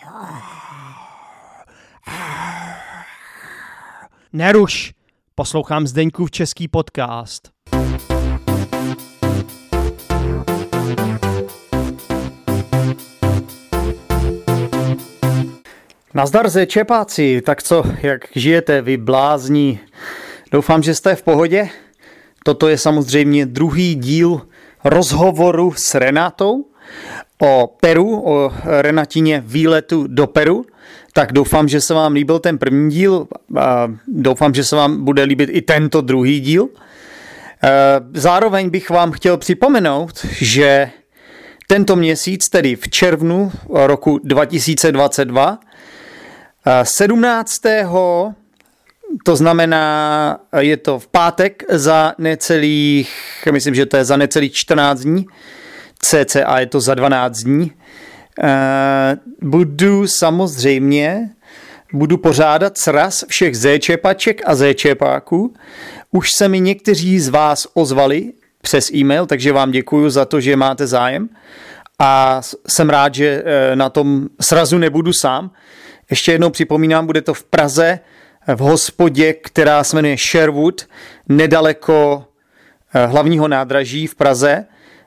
Neruš, poslouchám Zdeňkův český podcast. Nazdar zečepáci, tak co, jak žijete vy blázni? Doufám, že jste v pohodě. Toto je samozřejmě druhý díl rozhovoru s Renatou o Peru, o Renatině výletu do Peru. Tak doufám, že se vám líbil ten první díl a doufám, že se vám bude líbit i tento druhý díl. Zároveň bych vám chtěl připomenout, že tento měsíc, tedy v červnu roku 2022, 17. to znamená, je to v pátek za necelých, myslím, že to je za necelých 14 dní, cca je to za 12 dní, budu pořádat sraz všech zéčepaček a zéčepáků. Už se mi někteří z vás ozvali přes e-mail, takže vám děkuju za to, že máte zájem a jsem rád, že na tom srazu nebudu sám. Ještě jednou připomínám, bude to v Praze, v hospodě, která se jmenuje Sherwood, nedaleko hlavního nádraží v Praze.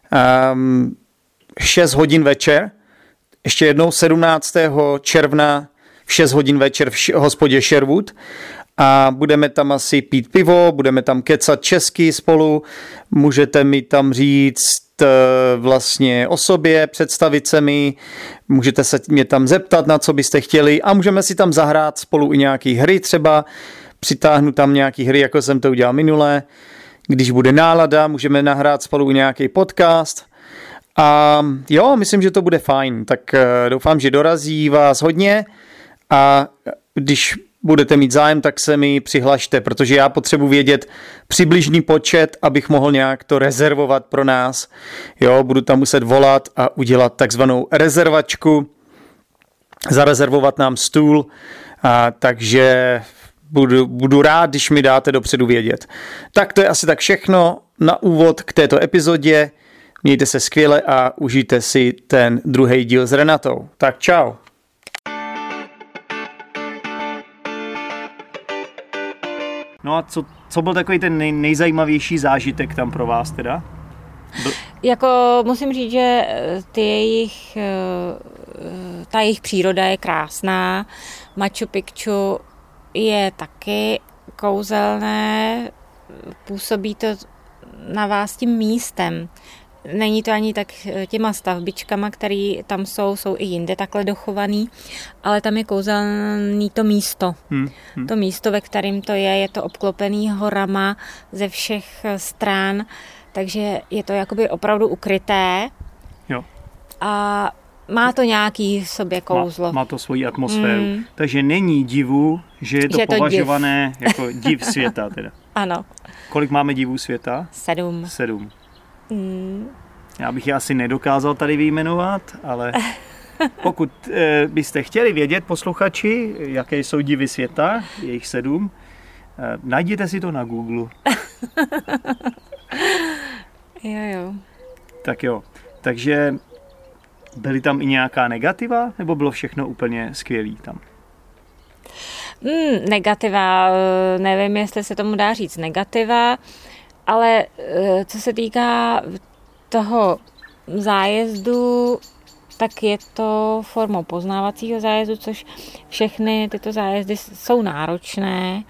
6 hodin večer. Ještě jednou 17. června v 6 hodin večer v hospodě Sherwood. A budeme tam asi pít pivo, budeme tam kecat česky spolu. Můžete mi tam říct vlastně o sobě, představit se mi, můžete se mě tam zeptat, na co byste chtěli a můžeme si tam zahrát spolu i nějaký hry třeba, přitáhnu tam nějaký hry, jako jsem to udělal minule, když bude nálada, můžeme nahrát spolu i nějaký podcast a jo, myslím, že to bude fajn, tak doufám, že dorazí vás hodně a když budete mít zájem, tak se mi přihlašte, protože já potřebuji vědět přibližný počet, abych mohl nějak to rezervovat pro nás. Jo, budu tam muset volat a udělat takzvanou rezervačku, zarezervovat nám stůl, takže budu rád, když mi dáte dopředu vědět. Tak to je asi tak všechno na úvod k této epizodě. Mějte se skvěle a užijte si ten druhý díl s Renatou. Tak čau. No a co byl takový ten nejzajímavější zážitek tam pro vás teda? Jako musím říct, že ta jejich příroda je krásná. Machu Picchu je taky kouzelné, působí to na vás tím místem. Není to ani tak těma stavbičkama, které tam jsou i jinde takhle dochovaný, ale tam je kouzelný to místo. To místo, ve kterém to je to obklopený horama ze všech stran, takže je to jakoby opravdu ukryté. Jo. A má to nějaký v sobě kouzlo. Má to svoji atmosféru. Takže není divu, že je to považované jako div světa teda. Ano. Kolik máme divů světa? 7. Já bych je asi nedokázal tady vyjmenovat, ale pokud byste chtěli vědět, posluchači, jaké jsou divy světa, je jich 7, najděte si to na Google. Jo. Tak jo, takže byly tam i nějaká negativa, nebo bylo všechno úplně skvělý tam? Negativa, nevím, jestli se tomu dá říct negativa, ale co se týká toho zájezdu, tak je to formou poznávacího zájezdu, což všechny tyto zájezdy jsou náročné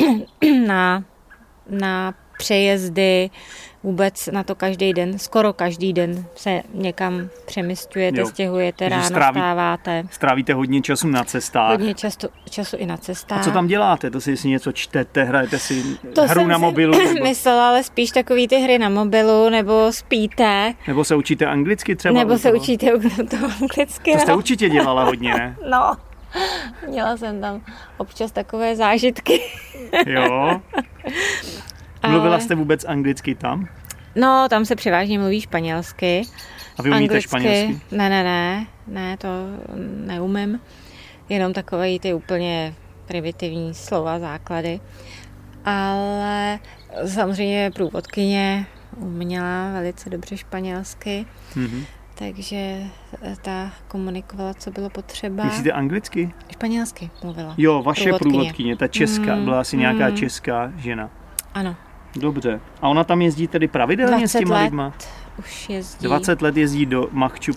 na přejezdy, vůbec na to každý den, skoro každý den se někam přemysťujete, stěhujete, ráno vstáváte. Strávíte hodně času na cestách. Hodně času i na cestách. A co tam děláte? To si něco čtete, hrajete si hru na mobilu? To jsem myslela, ale spíš takový ty hry na mobilu, nebo spíte. Nebo se učíte anglicky třeba? Nebo se učíte to anglicky. To jste určitě dělala hodně, ne? No, měla jsem tam občas takové zážitky. Jo. Mluvila jste vůbec anglicky tam? No, tam se převážně mluví španělsky. A vy umíte španělsky? Ne, to neumím. Jenom takové ty úplně primitivní slova, základy. Ale samozřejmě průvodkyně uměla velice dobře španělsky. takže ta komunikovala, co bylo potřeba. Myslíte anglicky? Španělsky mluvila. Jo, vaše průvodkyně, ta česká, byla asi nějaká česká žena. Ano. Dobře. A ona tam jezdí tedy pravidelně s těma lidma? Už jezdí. 20 let jezdí do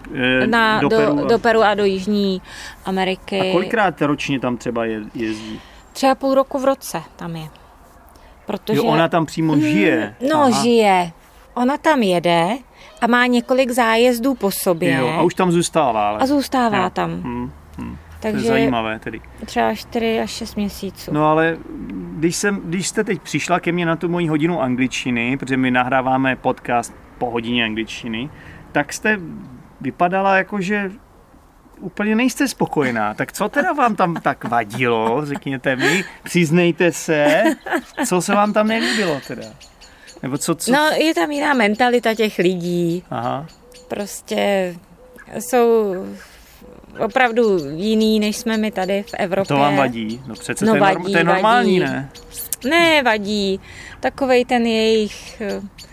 do Peru a do Jižní Ameriky. A kolikrát ročně tam třeba jezdí? Třeba půl roku v roce tam je. Protože... Jo, ona tam přímo žije. Žije. Ona tam jede a má několik zájezdů po sobě. Jo, a už tam zůstává. Ale... A zůstává tam. Takže to je zajímavé tedy. Třeba 4 až 6 měsíců. No ale když jste teď přišla ke mně na tu moji hodinu angličtiny, protože my nahráváme podcast po hodině angličtiny, tak jste vypadala jako, že úplně nejste spokojená. Tak co teda vám tam tak vadilo, řekněte mi, přiznejte se, co se vám tam nelíbilo teda? Nebo co? No, je tam jiná mentalita těch lidí. Aha. Prostě jsou opravdu jiný, než jsme my tady v Evropě. To vám vadí? No přece to je normální, vadí. Ne? Ne, vadí. Takovej ten jejich...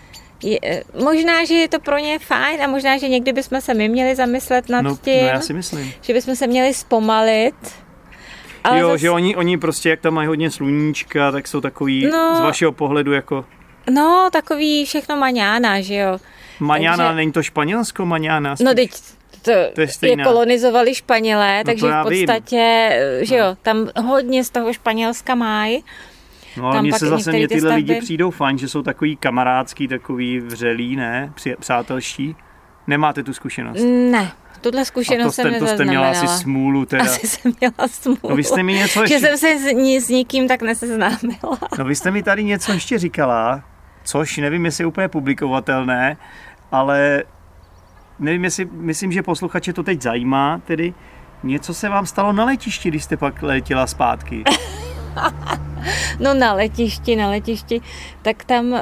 možná, že je to pro ně fajn a možná, že někdy bychom se my měli zamyslet nad tím. No já si myslím. Že bychom se měli zpomalit. Ale jo, že oni prostě, jak tam mají hodně sluníčka, tak jsou takový z vašeho pohledu jako... No, takový všechno maňána, že jo. Maňána, takže... není to Španělsko maňána? No, teď to je kolonizovali Španělé, takže v podstatě, že jo, tam hodně z toho Španělska mají. No, ale mně se zase tyhle lidi přijdou fajn, že jsou takový kamarádský, takový vřelí, ne? Přátelští. Nemáte tu zkušenost? Ne. Tuhle zkušenost jsem nezaznamenala. To jste měla asi smůlu teda. Asi jsem měla smůlu. No vy jste mi něco ještě... Že jsem se s nikým tak neseznámila. No vy jste mi tady něco ještě říkala, což nevím, jestli je úplně publikovatelné, ale nevím, jestli, myslím, že posluchače to teď zajímá, tedy něco se vám stalo na letišti, když jste pak letěla zpátky. No na letišti, tak tam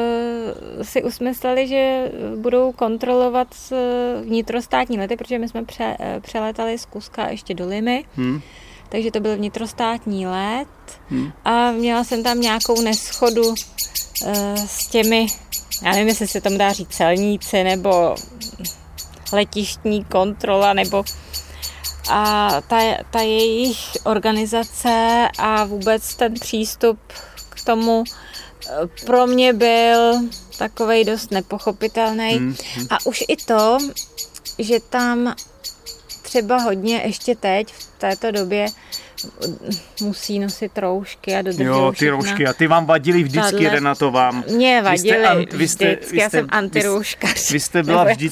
si usmysleli, že budou kontrolovat vnitrostátní lety, protože my jsme přelétali z Kuska ještě do Limy, takže to byl vnitrostátní let a měla jsem tam nějakou neschodu s těmi, já nevím, jestli se tomu dá říct celníci, nebo letištní kontrola, nebo a ta jejich organizace a vůbec ten přístup k tomu pro mě byl takovej dost nepochopitelný. A už i to, že tam třeba hodně ještě teď v této době musí nosit roušky a dodržují Jo, ty roušky. A ty vám vadily vždycky, Renato, vám. Mě vadily vždycky, já jsem antirouškař. Vy jste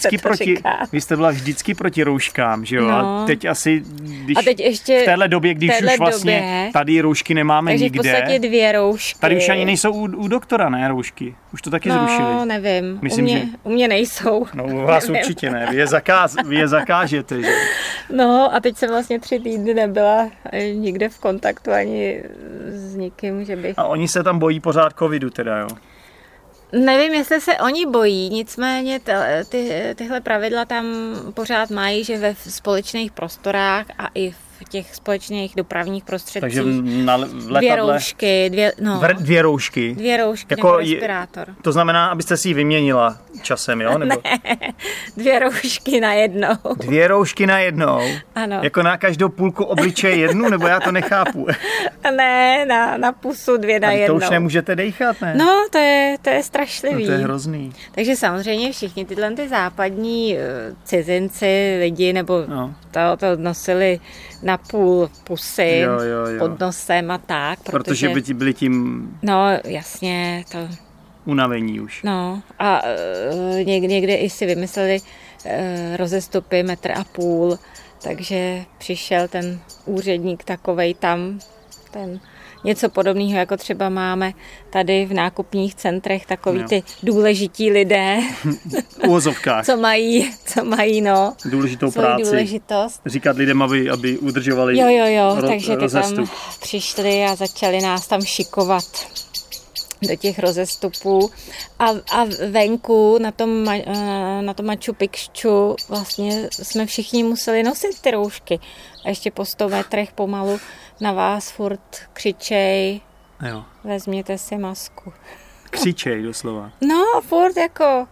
byla vždycky proti rouškám, že jo? No. A teď asi, a teď ještě v téhle době, když už vlastně tady roušky nemáme takže nikde. Takže v podstatě 2 roušky. Tady už ani nejsou u doktora, ne, roušky? Už to taky zrušili. No, nevím. Myslím, u mě nejsou. No, u vás určitě ne. Vy je zakážete, že? No, a teď jsem vlastně 3 týdny nebyla nikde v kontaktu ani s nikým, že bych... A oni se tam bojí pořád covidu teda, jo? Nevím, jestli se oni bojí, nicméně tyhle pravidla tam pořád mají, že ve společných prostorách a i v těch společných dopravních prostředcích. Takže na letadle... 2 roušky, 2 roušky. 2 roušky jako respirátor. To znamená, abyste si ji vyměnila časem, jo? Nebo... Ne, 2 roušky na jednou. 2 roušky na jednou? Ano. Jako na každou půlku obličeje jednu, nebo já to nechápu? Ne, na pusu 2 na jednou. To už nemůžete dejchat, ne? No, to je strašlivý. No, to je hrozný. Takže samozřejmě všichni tyhle západní cizinci, lidi, nebo to nosili na půl pusy pod nosem a tak. Protože by ti byli tím... No, jasně, to... Unavení už. No, a někde i si vymysleli rozestupy 1,5 m, takže přišel ten úředník takovej tam, ten něco podobného, jako třeba máme tady v nákupních centrech, takový ty důležití lidé. V uvozovkách. co mají, důležitou práci. Důležitost. Říkat lidem, aby udržovali takže ty rozestup. tam přišli a začali nás tam šikovat do těch rozestupů a venku na tom Machu Picchu vlastně jsme všichni museli nosit ty roušky a ještě po 100 metrech pomalu na vás furt křičej, vezměte si masku. Křičej doslova. No, furt jako...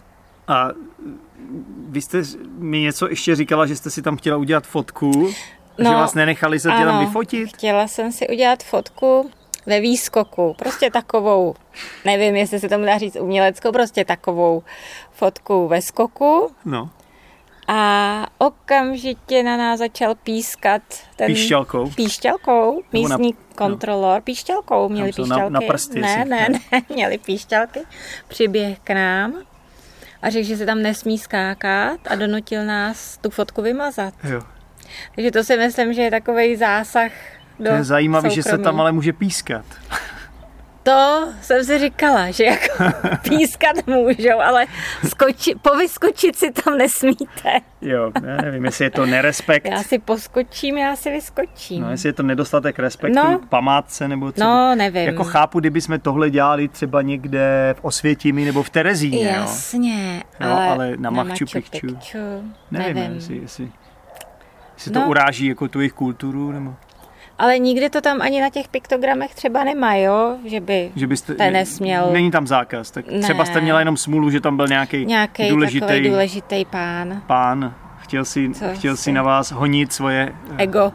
A vy jste mi něco ještě říkala, že jste si tam chtěla udělat fotku, že vás nenechali se tam vyfotit? Chtěla jsem si udělat fotku ve výskoku, prostě takovou, nevím, jestli se tomu dá říct uměleckou, prostě takovou fotku ve skoku. No. A okamžitě na nás začal pískat ten... Píšťalkou? Píšťalkou, místní kontrolor. Píšťalkou, měli píšťalky. Na prsty. Ne, měli píšťalky. Přiběh k nám a řekl, že se tam nesmí skákat a donutil nás tu fotku vymazat. Jo. Takže to si myslím, že je takovej zásah do To je zajímavý, soukromí. že se tam ale může pískat. To jsem si říkala, že jako pískat můžou, ale povyskočit si tam nesmíte. Jo, já nevím, jestli je to nerespekt. Já si poskočím, já si vyskočím. No, jestli je to nedostatek respektu k památce, nebo co. No, nevím. Jako chápu, kdyby jsme tohle dělali třeba někde v Osvětimi nebo v Terezíně. Jasně, jo, ale na Machu Picchu. Nevím. Jestli to uráží jako tu jejich kulturu, nebo... Ale nikdy to tam ani na těch piktogramech třeba nemá, jo? Že byste nesměl... Není tam zákaz, tak třeba jste měla jenom smůlu, že tam byl nějaký důležitý pán. Pán chtěl si na vás honit svoje... Ego.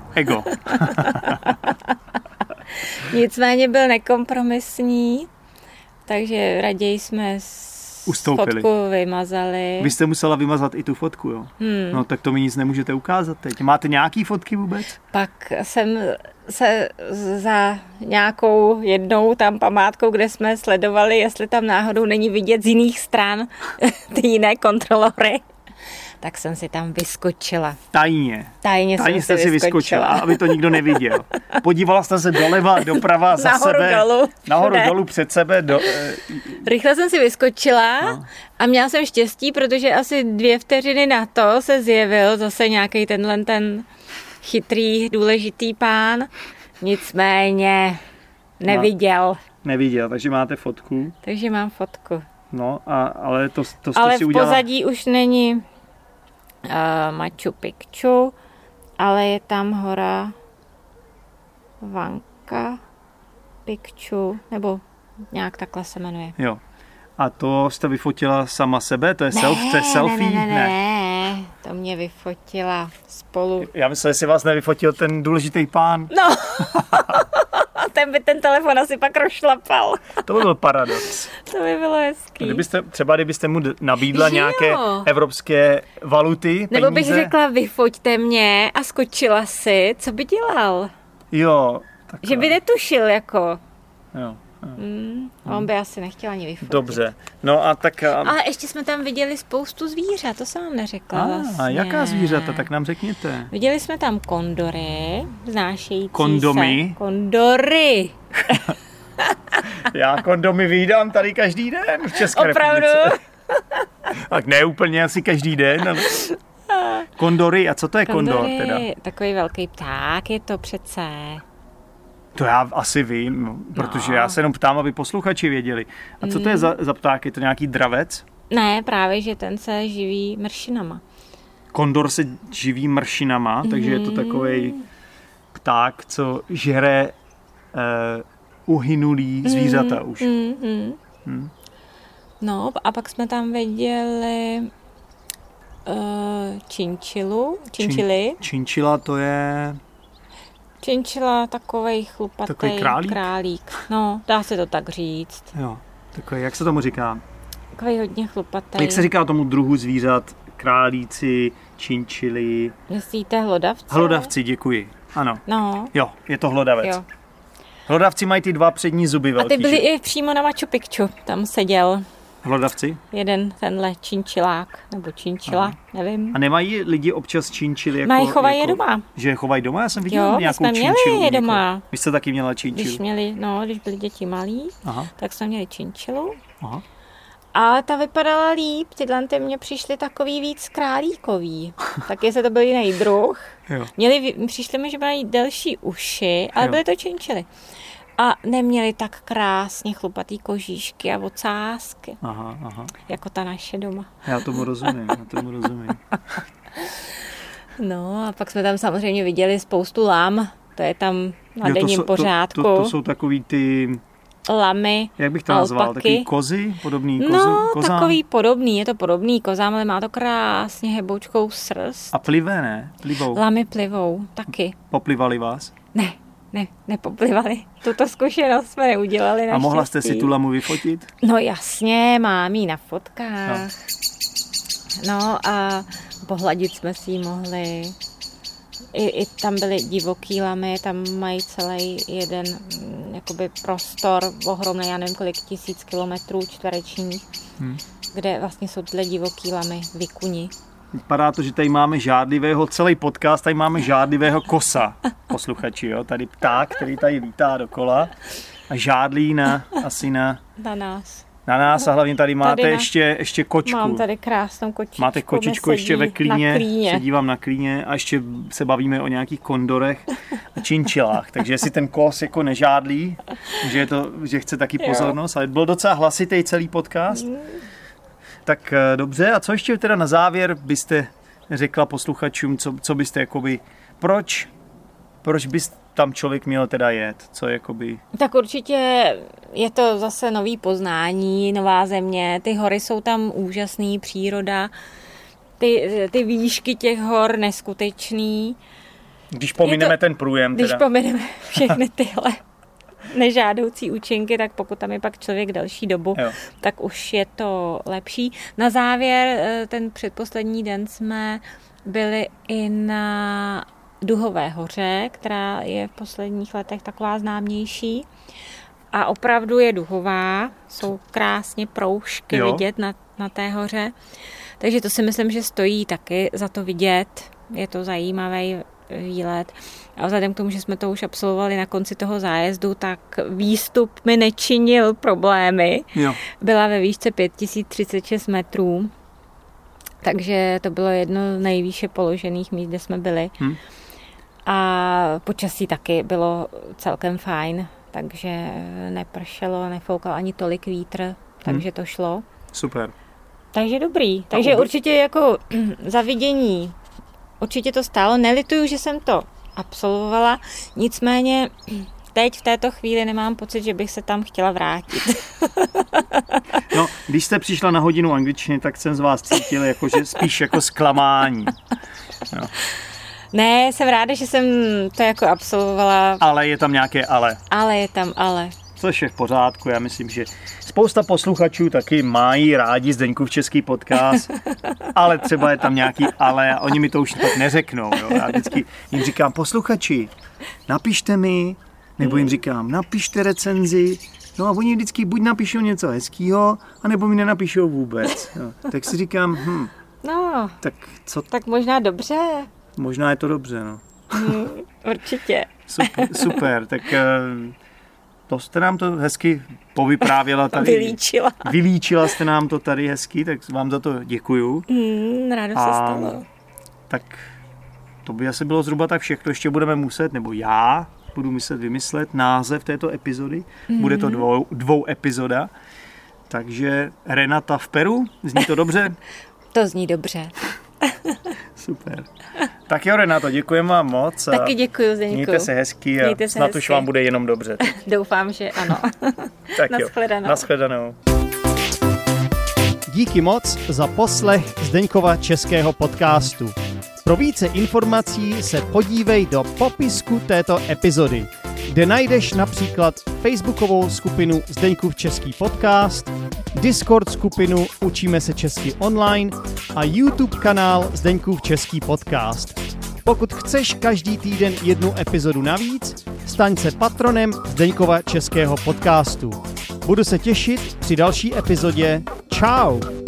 Nicméně byl nekompromisní, takže raději jsme ustoupili. Fotku vymazali. Vy jste musela vymazat i tu fotku, jo? No tak to mi nic nemůžete ukázat teď. Máte nějaký fotky vůbec? Pak jsem se za nějakou jednou tam památkou, kde jsme sledovali, jestli tam náhodou není vidět z jiných stran ty jiné kontrolory, tak jsem si tam vyskočila. Tajně jsem si vyskočila. Aby to nikdo neviděl. Podívala jste se doleva, doprava, za sebe. Nahoru, dolů, před sebe. Rychle jsem si vyskočila a měla jsem štěstí, protože asi 2 vteřiny na to se zjevil zase nějaký ten chytrý, důležitý pán. Nicméně neviděl. Neviděl, takže máte fotku. Takže mám fotku. No, ale to jste ale si udělala... Ale v pozadí už není Machu Picchu, ale je tam hora Vanka Picchu, nebo nějak takhle se jmenuje. Jo. A to jste vyfotila sama sebe? To je selfie? Ne, to mě vyfotila spolu. Já myslím, že si vás nevyfotil ten důležitý pán. No, ten by ten telefon asi pak rozšlapal. To by byl paradox. To by bylo hezký. Kdybyste mu nabídla nějaké evropské valuty, peníze. Nebo bych řekla, vyfoťte mě a skočila si, co by dělal? Jo. Takhle. Že by netušil, jako. Jo. On by asi nechtěl ani vyfotit. Dobře. No a tak... Ale ještě jsme tam viděli spoustu zvířat, to jsem vám neřekla vlastně. A jaká zvířata, tak nám řekněte. Viděli jsme tam kondory, vznášející Kondomy? Kondory. Já kondomy vídám tady každý den v České republice. Opravdu? Tak ne úplně asi každý den, ale... Kondory, a co to je kondor teda? Takový velký pták je to přece. To já asi vím, protože já se jenom ptám, aby posluchači věděli. A co to je za pták? Je to nějaký dravec? Ne, právě, že ten se živí mršinama. Kondor se živí mršinama, takže je to takovej pták, co žere uhynulý zvířata už. No a pak jsme tam viděli činčily. Činčila to je... Činčila, takovej chlupatý králík. No, dá se to tak říct. Jo, takový, jak se tomu říká? Takový hodně chlupatý. Jak se říká tomu druhu zvířat? Králíci, činčily. Myslíte hlodavce? Hlodavci, děkuji. Ano. No. Jo, je to hlodavec. Jo. Hlodavci mají ty 2 přední zuby velký. A ty byli i přímo na Machu Picchu. Tam seděl. Hlodavci? Jeden tenhle činčilák, nebo činčila, nevím. A nemají lidi občas činčily jako... Mají, chovají je doma. Že je chovají doma? Já jsem viděl nějakou činčilu. Jo, my jsme měli je doma. Vy jste taky měla činčilu? Když byli děti malí, tak jsme měli činčilu. Aha. A ta vypadala líp, tyhle mně přišly takový víc králíkový. Tak jestli to byl jiný druh. Přišly mi, že mají delší uši, ale byly to činčily. A neměli tak krásně chlupatý kožíšky a ocásky. Aha. Jako ta naše doma. Já tomu rozumím. No a pak jsme tam samozřejmě viděli spoustu lam. To je tam na denním pořádku. To jsou takový ty lamy, jak bych to nazval, alpaky. takový kozy, podobný kozám? Takový podobný, je to podobný kozám, ale má to krásně heboučkou srst. A plive, ne? Plivou. Lamy plivou, taky. Poplivali vás? Nepoplivali. Tuto zkušenost jsme neudělali naštěstí. A mohla jste si tu lamu vyfotit? No jasně, mám ji na fotkách. No a pohladit jsme si ji mohli. I tam byly divoký lamy, tam mají celý jeden jakoby prostor ohromný, já nevím kolik 1000 kilometrů čtverečních, kde vlastně jsou tyhle divoký lamy, vikuni. Vypadá to, že tady máme žádlivého, celý podcast, tady máme žádlivého kosa, posluchači, jo? Tady pták, který tady lítá dokola a žádlí asi na nás. Na nás a hlavně tady máte ještě kočku. Mám tady krásnou kočičku. Máte kočičku ještě ve klíně, se dívám na klíně a ještě se bavíme o nějakých kondorech a činčilách, takže jestli ten kos jako nežádlí, že chce taky pozornost, ale byl docela hlasitý celý podcast. Tak dobře, a co ještě teda na závěr byste řekla posluchačům, co byste jakoby, proč bys tam člověk měl teda jet, co jakoby... Tak určitě je to zase nový poznání, nová země, ty hory jsou tam úžasný, příroda, ty výšky těch hor neskutečný. Když pomineme ten průjem teda. Když pomineme všechny tyhle nežádoucí účinky, tak pokud tam je pak člověk další dobu, tak už je to lepší. Na závěr, ten předposlední den jsme byli i na Duhové hoře, která je v posledních letech taková známější. A opravdu je duhová, jsou krásně proužky vidět na té hoře. Takže to si myslím, že stojí taky za to vidět. Je to zajímavý výlet. A vzhledem k tomu, že jsme to už absolvovali na konci toho zájezdu, tak výstup mi nečinil problémy. Byla ve výšce 5036 metrů. Takže to bylo jedno z nejvýše položených míst, kde jsme byli. A počasí taky bylo celkem fajn, takže nepršelo, nefoukal ani tolik vítr, takže to šlo. Super. Takže dobrý. Takže určitě jako za vidění, určitě to stálo. Nelituju, že jsem to absolvovala, nicméně teď v této chvíli nemám pocit, že bych se tam chtěla vrátit. No, když jste přišla na hodinu angličtiny, tak jsem z vás cítil spíš jako zklamání. No. Ne, jsem ráda, že jsem to jako absolvovala. Ale je tam nějaké ale. Ale je tam ale. Což je v pořádku, já myslím, že spousta posluchačů taky mají rádi Zdeňkův český podcast, ale třeba je tam nějaký ale a oni mi to už tak neřeknou. Jo. Já vždycky jim říkám, posluchači, napište mi, nebo jim říkám, napište recenzi, no a oni vždycky buď napíšou něco hezkýho, anebo mi nenapíšou vůbec. Jo. Tak si říkám, no, tak co? Tak možná dobře. Možná je to dobře, no. Určitě. Super, tak to jste nám to hezky povyprávěla tady. Vylíčila jste nám to tady hezky, tak vám za to děkuju. Rádo se stalo. Tak to by asi bylo zhruba tak všechno. Ještě budeme muset, nebo já budu muset vymyslet název této epizody. Bude to dvou epizoda. Takže Renata v Peru, zní to dobře? To zní dobře. Super. Tak jo, Renato, děkujeme vám moc. Taky děkuji, Zdeňku. Mějte se hezky a snad už vám bude jenom dobře. Doufám, že ano. Tak Naschledanou. Naschledanou. Díky moc za poslech Zdeňkova českého podcastu. Pro více informací se podívej do popisku této epizody, kde najdeš například facebookovou skupinu Zdeňkův český podcast, Discord skupinu Učíme se česky online a YouTube kanál Zdeňkův český podcast. Pokud chceš každý týden jednu epizodu navíc, staň se patronem Zdeňkova českého podcastu. Budu se těšit při další epizodě. Čau!